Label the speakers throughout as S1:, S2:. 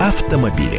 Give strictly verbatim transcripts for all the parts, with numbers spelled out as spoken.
S1: автомобили.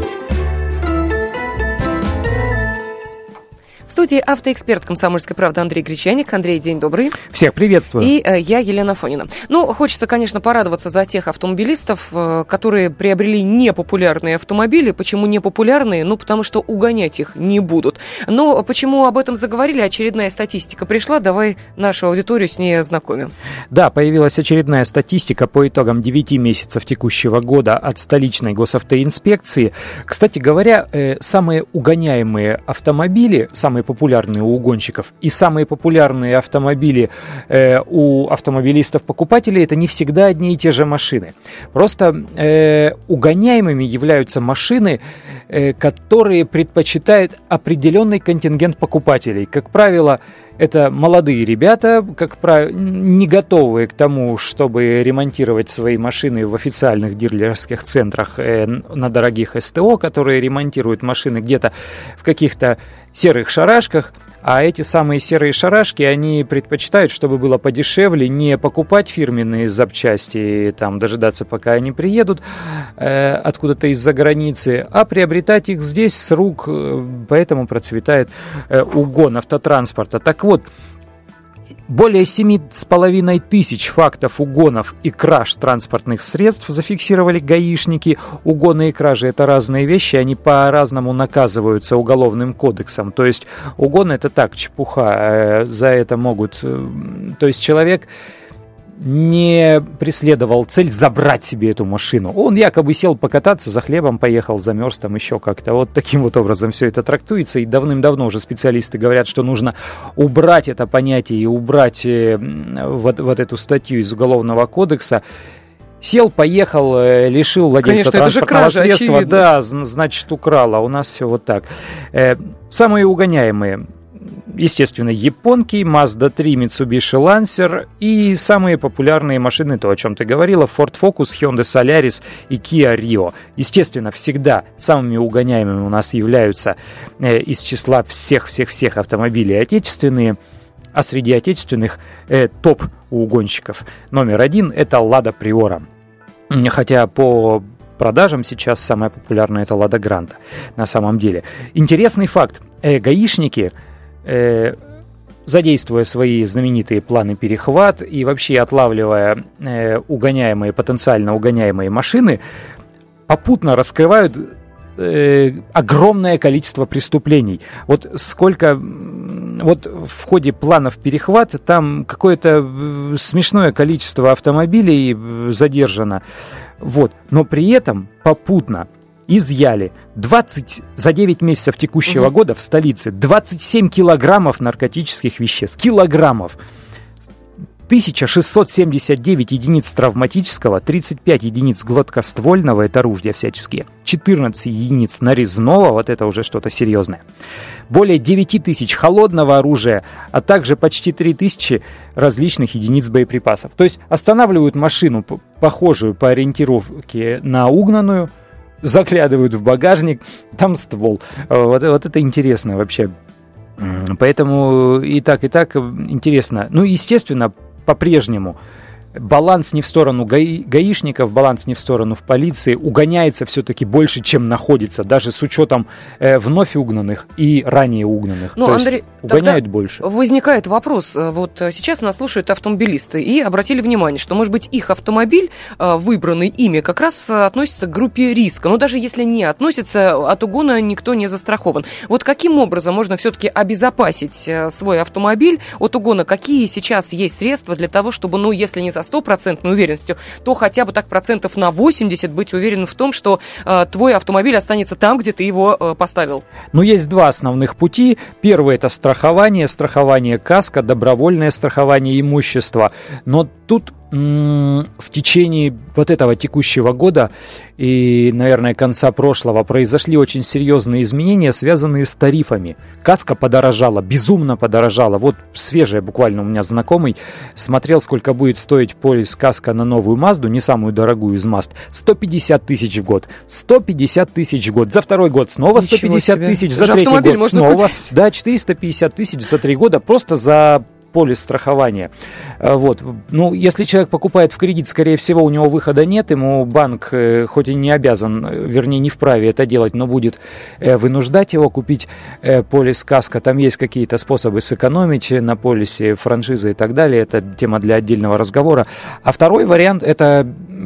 S2: В студии автоэксперт «Комсомольской правды» Андрей Гречаник. Андрей, день добрый.
S3: Всех приветствую.
S2: И э, я, Елена Фонина. Ну, хочется, конечно, порадоваться за тех автомобилистов, э, которые приобрели непопулярные автомобили. Почему непопулярные? Ну, потому что угонять их не будут. Но почему об этом заговорили? Очередная статистика пришла. Давай нашу аудиторию с ней ознакомим.
S3: Да, появилась очередная статистика по итогам девяти месяцев текущего года от столичной госавтоинспекции. Кстати говоря, э, самые угоняемые автомобили, самые популярные у угонщиков и самые популярные автомобили э, у автомобилистов-покупателей — это не всегда одни и те же машины. Просто э, угоняемыми являются машины, э, которые предпочитают определенный контингент покупателей. Как правило, это молодые ребята, как правило, не готовые к тому, чтобы ремонтировать свои машины в официальных дилерских центрах э, на дорогих СТО, которые ремонтируют машины где-то в каких-то серых шарашках, а эти самые серые шарашки, они предпочитают, чтобы было подешевле, не покупать фирменные запчасти, там, дожидаться, пока они приедут э, откуда-то из-за границы, а приобретать их здесь с рук, поэтому процветает э, угон автотранспорта. Так вот, более семи с половиной тысяч фактов угонов и краж транспортных средств зафиксировали гаишники. Угоны и кражи — это разные вещи, они по-разному наказываются уголовным кодексом. То есть угон — это так, чепуха, за это могут... То есть человек не преследовал цель забрать себе эту машину. Он якобы сел покататься, за хлебом поехал, замерз там еще как-то. Вот таким вот образом все это трактуется. И давным-давно уже специалисты говорят, что нужно убрать это понятие и убрать вот, вот эту статью из Уголовного кодекса. Сел, поехал, лишил владельца Конечно, транспортного кража, средства. Очевидно. Да, значит, украл. А у нас все вот так. Самые угоняемые, естественно, японки, Mazda три, Mitsubishi Lancer и самые популярные машины, то, о чем ты говорила, Ford Focus, Hyundai Solaris и Kia Rio. Естественно, всегда самыми угоняемыми у нас являются э, из числа всех-всех-всех автомобилей отечественные, а среди отечественных э, топ у угонщиков номер один — это Lada Priora. Хотя по продажам сейчас самая популярная — это Lada Granta на самом деле. Интересный факт. Э, гаишники, Э, задействуя свои знаменитые планы перехват и вообще отлавливая э, угоняемые, потенциально угоняемые машины, попутно раскрывают э, огромное количество преступлений. Вот сколько, вот в ходе планов перехвата там какое-то смешное количество автомобилей задержано, вот, но при этом попутно изъяли двадцать за девять месяцев текущего угу. года в столице двадцать семь килограммов наркотических веществ. Килограммов. тысяча шестьсот семьдесят девять единиц травматического, тридцать пять единиц гладкоствольного, это ружья всяческие, четырнадцать единиц нарезного, вот это уже что-то серьезное. Более девять тысяч холодного оружия, а также почти три тысячи различных единиц боеприпасов. То есть останавливают машину, похожую по ориентировке на угнанную, заглядывают в багажник, там ствол. Вот, вот это интересно вообще. Поэтому и так, и так интересно. Ну, естественно, по-прежнему баланс не в сторону гаи, гаишников, баланс не в сторону в полиции, угоняется все-таки больше, чем находится, даже с учетом э, вновь угнанных и ранее угнанных.
S2: Ну,
S3: То
S2: Андрей,
S3: есть угоняют больше.
S2: Возникает вопрос, вот сейчас нас слушают автомобилисты и обратили внимание, что, может быть, их автомобиль, выбранный ими, как раз относится к группе риска. Но даже если не относится, от угона никто не застрахован. Вот каким образом можно все-таки обезопасить свой автомобиль от угона? Какие сейчас есть средства для того, чтобы, ну, если не со стопроцентной уверенностью, то хотя бы так процентов на восемьдесят быть уверенным в том, что э, твой автомобиль останется там, где ты его э, поставил?
S3: Ну, есть два основных пути. Первый — это страхование, страхование каско, добровольное страхование имущества. Но тут м- в течение вот этого текущего года и, наверное, конца прошлого произошли очень серьезные изменения, связанные с тарифами. Каска подорожала, безумно подорожала. Вот свежая буквально у меня знакомый смотрел, сколько будет стоить полис каска на новую Мазду, не самую дорогую из Мазд, сто пятьдесят тысяч в год. сто пятьдесят тысяч в год. За второй год снова сто пятьдесят тысяч, за третий год снова. Купить. Да, четыреста пятьдесят тысяч за три года просто за полис страхования. Вот. Ну, если человек покупает в кредит, скорее всего, у него выхода нет, ему банк, хоть и не обязан, вернее, не вправе это делать, но будет вынуждать его купить полис каско. Там есть какие-то способы сэкономить на полисе, франшизы и так далее. Это тема для отдельного разговора. А второй вариант – это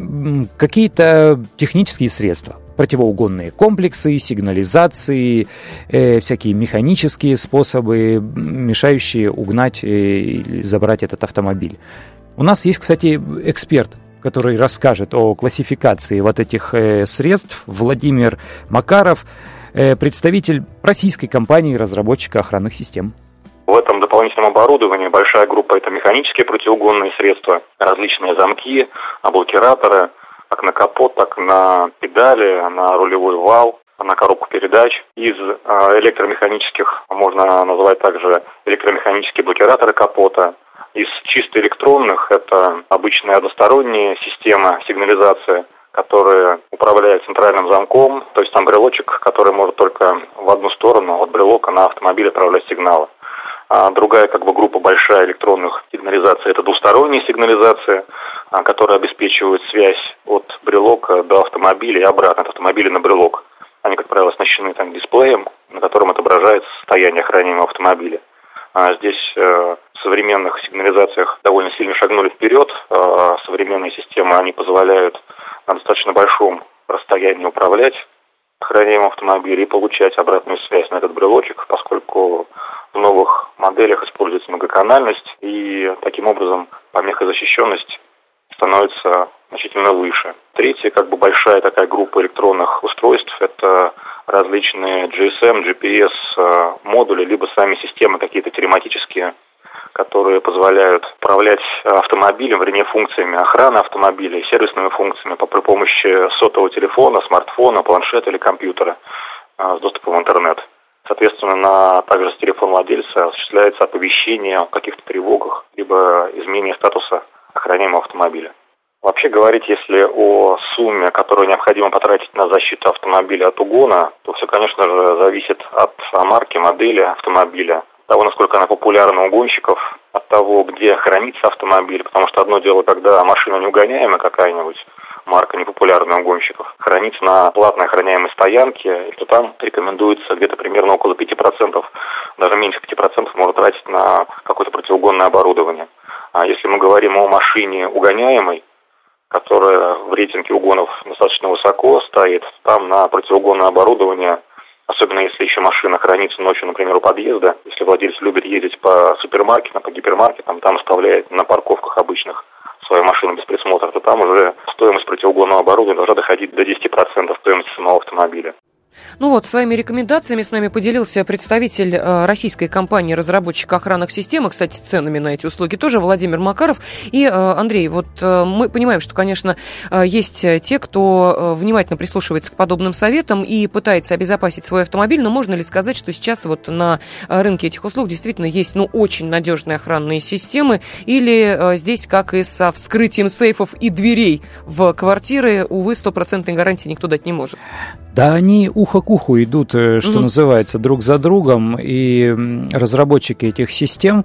S3: какие-то технические средства. Противоугонные комплексы, сигнализации, э, всякие механические способы, мешающие угнать и забрать этот автомобиль. У нас есть, кстати, эксперт, который расскажет о классификации вот этих э, средств. Владимир Макаров, э, представитель российской компании-разработчика охранных систем.
S1: В этом дополнительном оборудовании большая группа – это механические противоугонные средства, различные замки, блокираторы, как на капот, так на педали, на рулевой вал, на коробку передач. Из электромеханических можно назвать также электромеханические блокираторы капота. Из чисто электронных это обычная односторонняя система сигнализации, которая управляет центральным замком, то есть там брелочек, который может только в одну сторону от брелока на автомобиль отправлять сигналы. А другая как бы группа большая электронных сигнализаций – это двусторонняя сигнализация, которая обеспечивает связь от брелока до автомобиля и обратно от автомобиля на брелок. Они, как правило, оснащены там дисплеем, на котором отображается состояние охраняемого автомобиля. А здесь э, в современных сигнализациях довольно сильно шагнули вперед. Э, современные системы, они позволяют на достаточно большом расстоянии управлять охраняемым автомобилем и получать обратную связь на этот брелочек, поскольку в новых моделях используется многоканальность, и таким образом помехозащищенность становится значительно выше. Третья, как бы большая такая группа электронных устройств, это различные джи эс эм, джи пи эс модули, либо сами системы какие-то телематические, которые позволяют управлять автомобилем, вернее, функциями охраны автомобиля и сервисными функциями при помощи сотового телефона, смартфона, планшета или компьютера с доступом в интернет. Соответственно, на, также с телефона владельца осуществляется оповещение о каких-то тревогах, либо изменение статуса охраняемого автомобиля. Вообще говорить, если о сумме, которую необходимо потратить на защиту автомобиля от угона, то все, конечно же, зависит от марки, модели автомобиля, от того, насколько она популярна у гонщиков, от того, где хранится автомобиль, потому что одно дело, когда машина неугоняемая какая-нибудь, марка непопулярная у гонщиков, хранится на платной охраняемой стоянке, то там рекомендуется где-то примерно около пяти процентов, даже меньше пяти процентов можно тратить на какое-то противоугонное оборудование. А если мы говорим о машине угоняемой, которая в рейтинге угонов достаточно высоко стоит, там на противоугонное оборудование, особенно если еще машина хранится ночью, например, у подъезда, если владелец любит ездить по супермаркетам, по гипермаркетам, там оставляет на парковках обычных свою машину без присмотра, то там уже стоимость противоугонного оборудования должна доходить до десяти процентов стоимости самого автомобиля.
S2: Ну вот, своими рекомендациями с нами поделился представитель э, российской компании-разработчика охранных систем, и, кстати, ценами на эти услуги тоже, Владимир Макаров. И, э, Андрей, вот э, мы понимаем, что, конечно, э, есть те, кто э, внимательно прислушивается к подобным советам и пытается обезопасить свой автомобиль, но можно ли сказать, что сейчас вот на рынке этих услуг действительно есть, ну, очень надежные охранные системы, или э, здесь, как и со вскрытием сейфов и дверей в квартиры, увы, стопроцентной гарантии никто дать не может?
S3: Да, они ухо к уху идут, что mm-hmm. называется, друг за другом, и разработчики этих систем,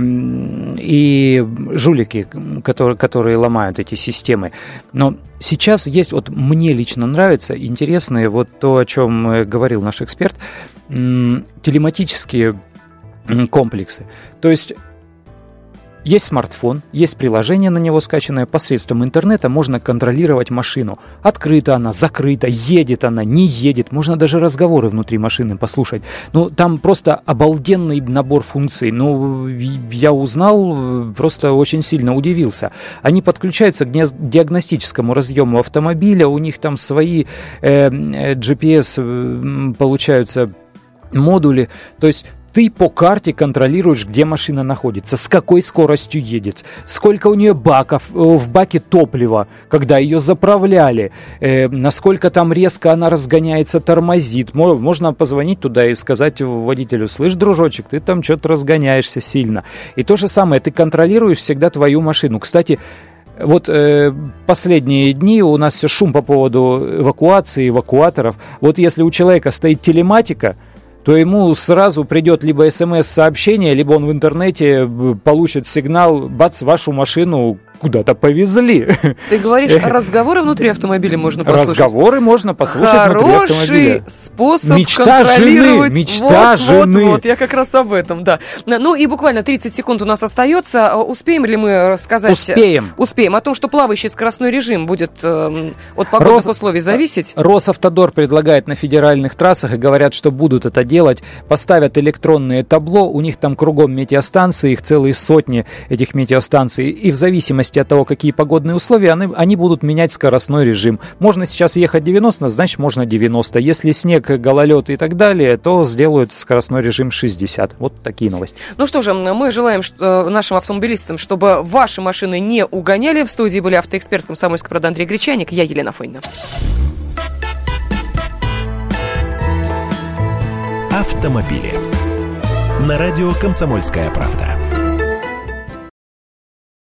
S3: и жулики, которые, которые ломают эти системы. Но сейчас есть, вот мне лично нравится, интересное, вот то, о чем говорил наш эксперт, телематические комплексы. То есть есть смартфон, есть приложение на него скачанное, посредством интернета можно контролировать машину. Открыта она, закрыта, едет она, не едет. Можно даже разговоры внутри машины послушать. Ну, там просто обалденный набор функций. Ну, я узнал, просто очень сильно удивился. Они подключаются к диагностическому разъему автомобиля, у них там свои э, джи пи эс, получаются модули. То есть ты по карте контролируешь, где машина находится, с какой скоростью едет, сколько у нее баков, в баке топлива, когда ее заправляли, э, насколько там резко она разгоняется, тормозит. Можно позвонить туда и сказать водителю: слышь, дружочек, ты там что-то разгоняешься сильно. И то же самое, ты контролируешь всегда твою машину. Кстати, вот э, последние дни у нас все шум по поводу эвакуации, эвакуаторов. Вот если у человека стоит телематика, то ему сразу придет либо смс-сообщение, либо он в интернете получит сигнал, бац, вашу машину куда-то повезли.
S2: Ты говоришь, разговоры внутри автомобиля можно послушать?
S3: Разговоры можно послушать
S2: Хороший
S3: внутри автомобиля.
S2: Хороший способ
S3: мечта
S2: контролировать.
S3: Жены, мечта
S2: вот,
S3: жены.
S2: Вот, вот, я как раз об этом, да. Ну и буквально тридцать секунд у нас остается. Успеем ли мы рассказать?
S3: Успеем.
S2: Успеем. О том, что плавающий скоростной режим будет э, от погодных Рос... условий зависеть?
S3: Росавтодор предлагает на федеральных трассах, и говорят, что будут это делать, поставят электронное табло, у них там кругом метеостанции, их целые сотни этих метеостанций, и в зависимости от того, какие погодные условия, они, они будут менять скоростной режим. Можно сейчас ехать девяносто, значит можно девяносто. Если снег, гололед и так далее, то сделают скоростной режим шестьдесят. Вот такие новости.
S2: Ну что же, мы желаем что, нашим автомобилистам, чтобы ваши машины не угоняли. В студии были автоэксперт «Комсомольской правды» Андрей Гречаник, я Елена Фонина.
S4: Автомобили. На радио «Комсомольская правда».